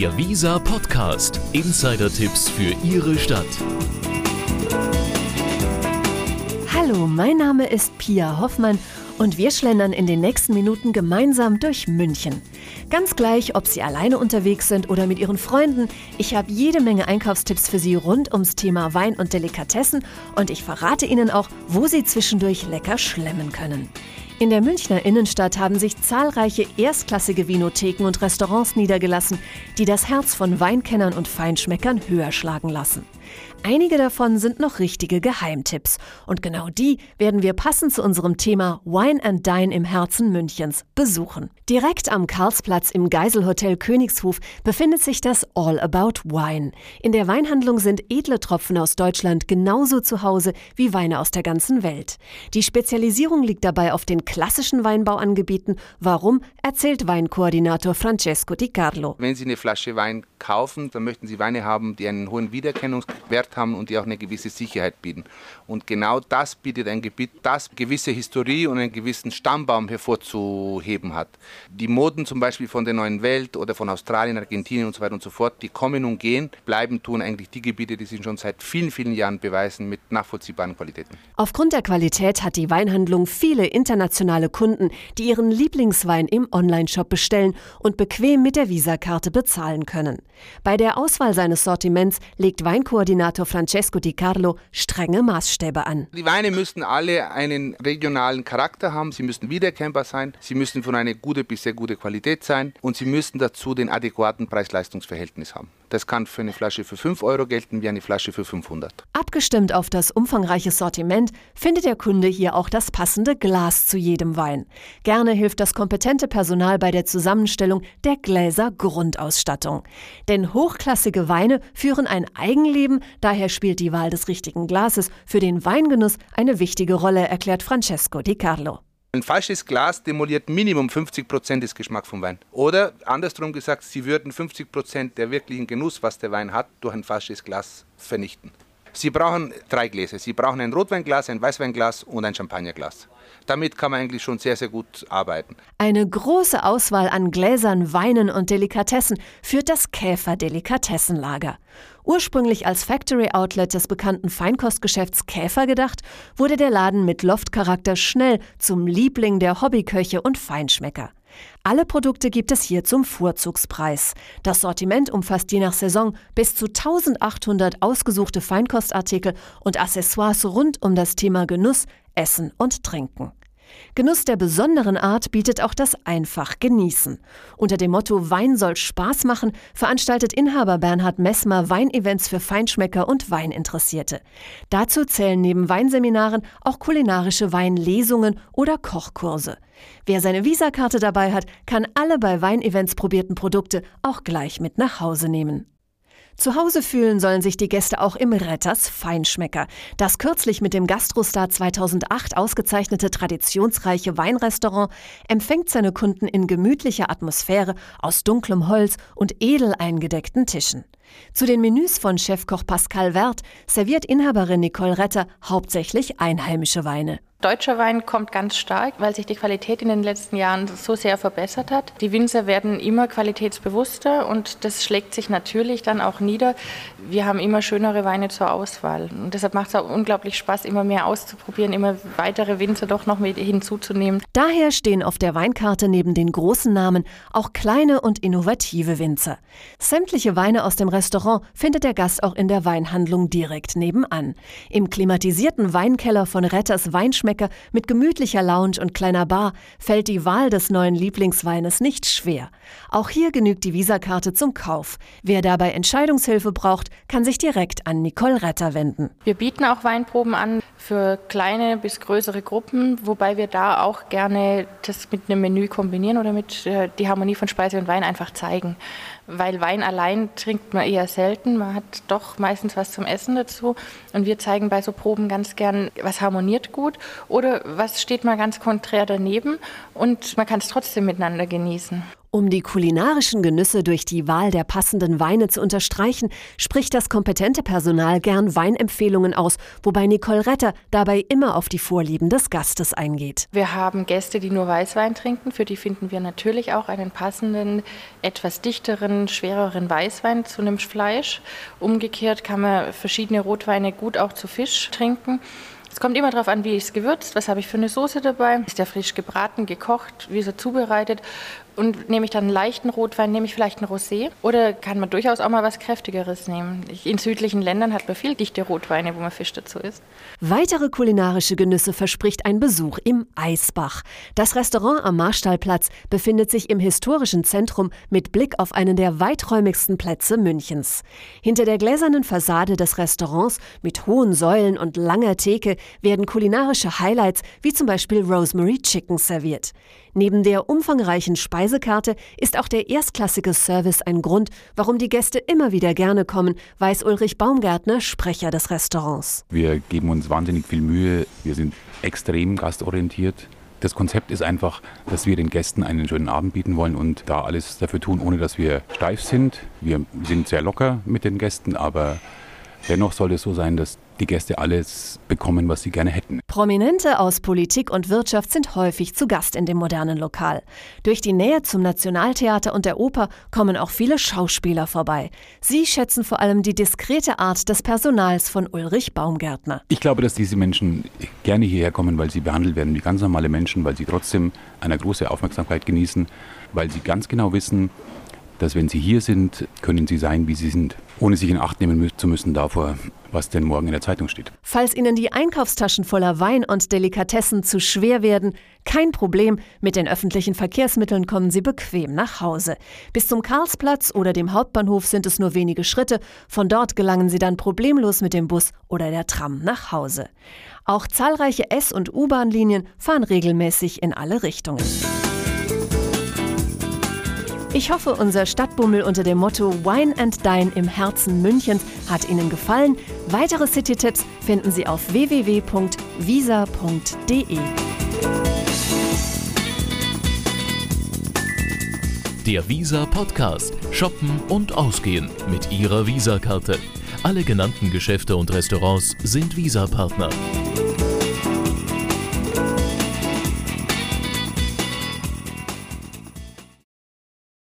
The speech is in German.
Der Visa Podcast. Insider-Tipps für Ihre Stadt. Hallo, mein Name ist Pia Hoffmann und wir schlendern in den nächsten Minuten gemeinsam durch München. Ganz gleich, ob Sie alleine unterwegs sind oder mit Ihren Freunden, ich habe jede Menge Einkaufstipps für Sie rund ums Thema Wein und Delikatessen und ich verrate Ihnen auch, wo Sie zwischendurch lecker schlemmen können. In der Münchner Innenstadt haben sich zahlreiche erstklassige Vinotheken und Restaurants niedergelassen, die das Herz von Weinkennern und Feinschmeckern höher schlagen lassen. Einige davon sind noch richtige Geheimtipps. Und genau die werden wir passend zu unserem Thema Wine and Dine im Herzen Münchens besuchen. Direkt am Karlsplatz im Geiselhotel Königshof befindet sich das All About Wine. In der Weinhandlung sind edle Tropfen aus Deutschland genauso zu Hause wie Weine aus der ganzen Welt. Die Spezialisierung liegt dabei auf den klassischen Weinbauangebieten. Warum, erzählt Weinkoordinator Francesco Di Carlo. Wenn Sie eine Flasche Wein kaufen, dann möchten Sie Weine haben, die einen hohen Wiedererkennungswert haben und die auch eine gewisse Sicherheit bieten. Und genau das bietet ein Gebiet, das gewisse Historie und einen gewissen Stammbaum hervorzuheben hat. Die Moden zum Beispiel von der neuen Welt oder von Australien, Argentinien und so weiter und so fort, die kommen und gehen, bleiben tun eigentlich die Gebiete, die sich schon seit vielen, vielen Jahren beweisen mit nachvollziehbaren Qualitäten. Aufgrund der Qualität hat die Weinhandlung viele internationale Kunden, die ihren Lieblingswein im Onlineshop bestellen und bequem mit der Visa-Karte bezahlen können. Bei der Auswahl seines Sortiments legt Weinkoordinator Francesco Di Carlo strenge Maßstäbe an. Die Weine müssen alle einen regionalen Charakter haben, sie müssen wiedererkennbar sein, sie müssen von einer guten bis sehr gute Qualität sein und sie müssen dazu den adäquaten Preis-Leistungs-Verhältnis haben. Das kann für eine Flasche für 5 Euro gelten wie eine Flasche für 500. Abgestimmt auf das umfangreiche Sortiment findet der Kunde hier auch das passende Glas zu jedem Wein. Gerne hilft das kompetente Personal bei der Zusammenstellung der Gläser-Grundausstattung. Denn hochklassige Weine führen ein Eigenleben, daher spielt die Wahl des richtigen Glases für den Weingenuss eine wichtige Rolle, erklärt Francesco Di Carlo. Ein falsches Glas demoliert Minimum 50% des Geschmacks vom Wein. Oder andersrum gesagt, Sie würden 50% der wirklichen Genuss, was der Wein hat, durch ein falsches Glas vernichten. Sie brauchen 3 Gläser. Sie brauchen ein Rotweinglas, ein Weißweinglas und ein Champagnerglas. Damit kann man eigentlich schon sehr, sehr gut arbeiten. Eine große Auswahl an Gläsern, Weinen und Delikatessen führt das Käfer Delikatessenlager. Ursprünglich als Factory-Outlet des bekannten Feinkostgeschäfts Käfer gedacht, wurde der Laden mit Loftcharakter schnell zum Liebling der Hobbyköche und Feinschmecker. Alle Produkte gibt es hier zum Vorzugspreis. Das Sortiment umfasst je nach Saison bis zu 1800 ausgesuchte Feinkostartikel und Accessoires rund um das Thema Genuss, Essen und Trinken. Genuss der besonderen Art bietet auch das Einfach Genießen. Unter dem Motto Wein soll Spaß machen, veranstaltet Inhaber Bernhard Messmer Weinevents für Feinschmecker und Weininteressierte. Dazu zählen neben Weinseminaren auch kulinarische Weinlesungen oder Kochkurse. Wer seine Visa-Karte dabei hat, kann alle bei Weinevents probierten Produkte auch gleich mit nach Hause nehmen. Zu Hause fühlen sollen sich die Gäste auch im Retters Feinschmecker. Das kürzlich mit dem Gastrostar 2008 ausgezeichnete traditionsreiche Weinrestaurant empfängt seine Kunden in gemütlicher Atmosphäre aus dunklem Holz und edel eingedeckten Tischen. Zu den Menüs von Chefkoch Pascal Werth serviert Inhaberin Nicole Retter hauptsächlich einheimische Weine. Deutscher Wein kommt ganz stark, weil sich die Qualität in den letzten Jahren so sehr verbessert hat. Die Winzer werden immer qualitätsbewusster und das schlägt sich natürlich dann auch nieder. Wir haben immer schönere Weine zur Auswahl. Und deshalb macht es auch unglaublich Spaß, immer mehr auszuprobieren, immer weitere Winzer doch noch mit hinzuzunehmen. Daher stehen auf der Weinkarte neben den großen Namen auch kleine und innovative Winzer. Sämtliche Weine aus dem Restaurant findet der Gast auch in der Weinhandlung direkt nebenan. Im klimatisierten Weinkeller von Retters Weinschmecker mit gemütlicher Lounge und kleiner Bar fällt die Wahl des neuen Lieblingsweines nicht schwer. Auch hier genügt die Visa-Karte zum Kauf. Wer dabei Entscheidungshilfe braucht, kann sich direkt an Nicole Retter wenden. Wir bieten auch Weinproben an für kleine bis größere Gruppen, wobei wir da auch gerne das mit einem Menü kombinieren oder mit die Harmonie von Speise und Wein einfach zeigen. Weil Wein allein trinkt man eher selten, man hat doch meistens was zum Essen dazu und wir zeigen bei so Proben ganz gern, was harmoniert gut oder was steht mal ganz konträr daneben und man kann es trotzdem miteinander genießen. Um die kulinarischen Genüsse durch die Wahl der passenden Weine zu unterstreichen, spricht das kompetente Personal gern Weinempfehlungen aus, wobei Nicole Retter dabei immer auf die Vorlieben des Gastes eingeht. Wir haben Gäste, die nur Weißwein trinken. Für die finden wir natürlich auch einen passenden, etwas dichteren, schwereren Weißwein zu einem Fleisch. Umgekehrt kann man verschiedene Rotweine gut auch zu Fisch trinken. Es kommt immer darauf an, wie ich es gewürzt, was habe ich für eine Soße dabei, ist der frisch gebraten, gekocht, wie ist er zubereitet. Und nehme ich dann einen leichten Rotwein, nehme ich vielleicht einen Rosé oder kann man durchaus auch mal was Kräftigeres nehmen. In südlichen Ländern hat man viel dichte Rotweine, wo man Fisch dazu isst. Weitere kulinarische Genüsse verspricht ein Besuch im Eisbach. Das Restaurant am Marstallplatz befindet sich im historischen Zentrum mit Blick auf einen der weiträumigsten Plätze Münchens. Hinter der gläsernen Fassade des Restaurants mit hohen Säulen und langer Theke werden kulinarische Highlights wie zum Beispiel Rosemary Chicken serviert. Neben der umfangreichen Speisekarte ist auch der erstklassige Service ein Grund, warum die Gäste immer wieder gerne kommen, weiß Ulrich Baumgärtner, Sprecher des Restaurants. Wir geben uns wahnsinnig viel Mühe, wir sind extrem gastorientiert. Das Konzept ist einfach, dass wir den Gästen einen schönen Abend bieten wollen und da alles dafür tun, ohne dass wir steif sind. Wir sind sehr locker mit den Gästen, aber dennoch soll es so sein, dass die Gäste alles bekommen, was sie gerne hätten. Prominente aus Politik und Wirtschaft sind häufig zu Gast in dem modernen Lokal. Durch die Nähe zum Nationaltheater und der Oper kommen auch viele Schauspieler vorbei. Sie schätzen vor allem die diskrete Art des Personals von Ulrich Baumgärtner. Ich glaube, dass diese Menschen gerne hierher kommen, weil sie behandelt werden wie ganz normale Menschen, weil sie trotzdem eine große Aufmerksamkeit genießen, weil sie ganz genau wissen, dass wenn sie hier sind, können sie sein, wie sie sind, ohne sich in Acht nehmen zu müssen davor, was denn morgen in der Zeitung steht. Falls Ihnen die Einkaufstaschen voller Wein und Delikatessen zu schwer werden, kein Problem, mit den öffentlichen Verkehrsmitteln kommen Sie bequem nach Hause. Bis zum Karlsplatz oder dem Hauptbahnhof sind es nur wenige Schritte, von dort gelangen Sie dann problemlos mit dem Bus oder der Tram nach Hause. Auch zahlreiche S- und U-Bahn-Linien fahren regelmäßig in alle Richtungen. Ich hoffe, unser Stadtbummel unter dem Motto Wine and Dine im Herzen Münchens hat Ihnen gefallen. Weitere City-Tipps finden Sie auf www.visa.de. Der Visa Podcast. Shoppen und Ausgehen mit Ihrer Visa-Karte. Alle genannten Geschäfte und Restaurants sind Visa-Partner.